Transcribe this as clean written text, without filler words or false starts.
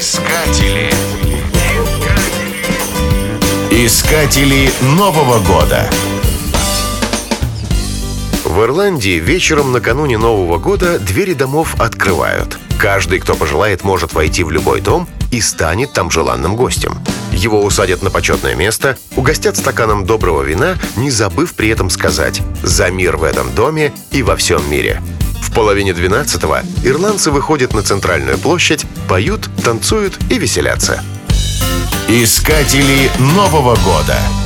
Искатели Нового года. В Ирландии вечером накануне Нового года двери домов открывают. Каждый, кто пожелает, может войти в любой дом и станет там желанным гостем. Его усадят на почетное место, угостят стаканом доброго вина, не забыв при этом сказать «За мир в этом доме и во всем мире». В половине 12-го ирландцы выходят на центральную площадь, поют, танцуют и веселятся. Искатели Нового года.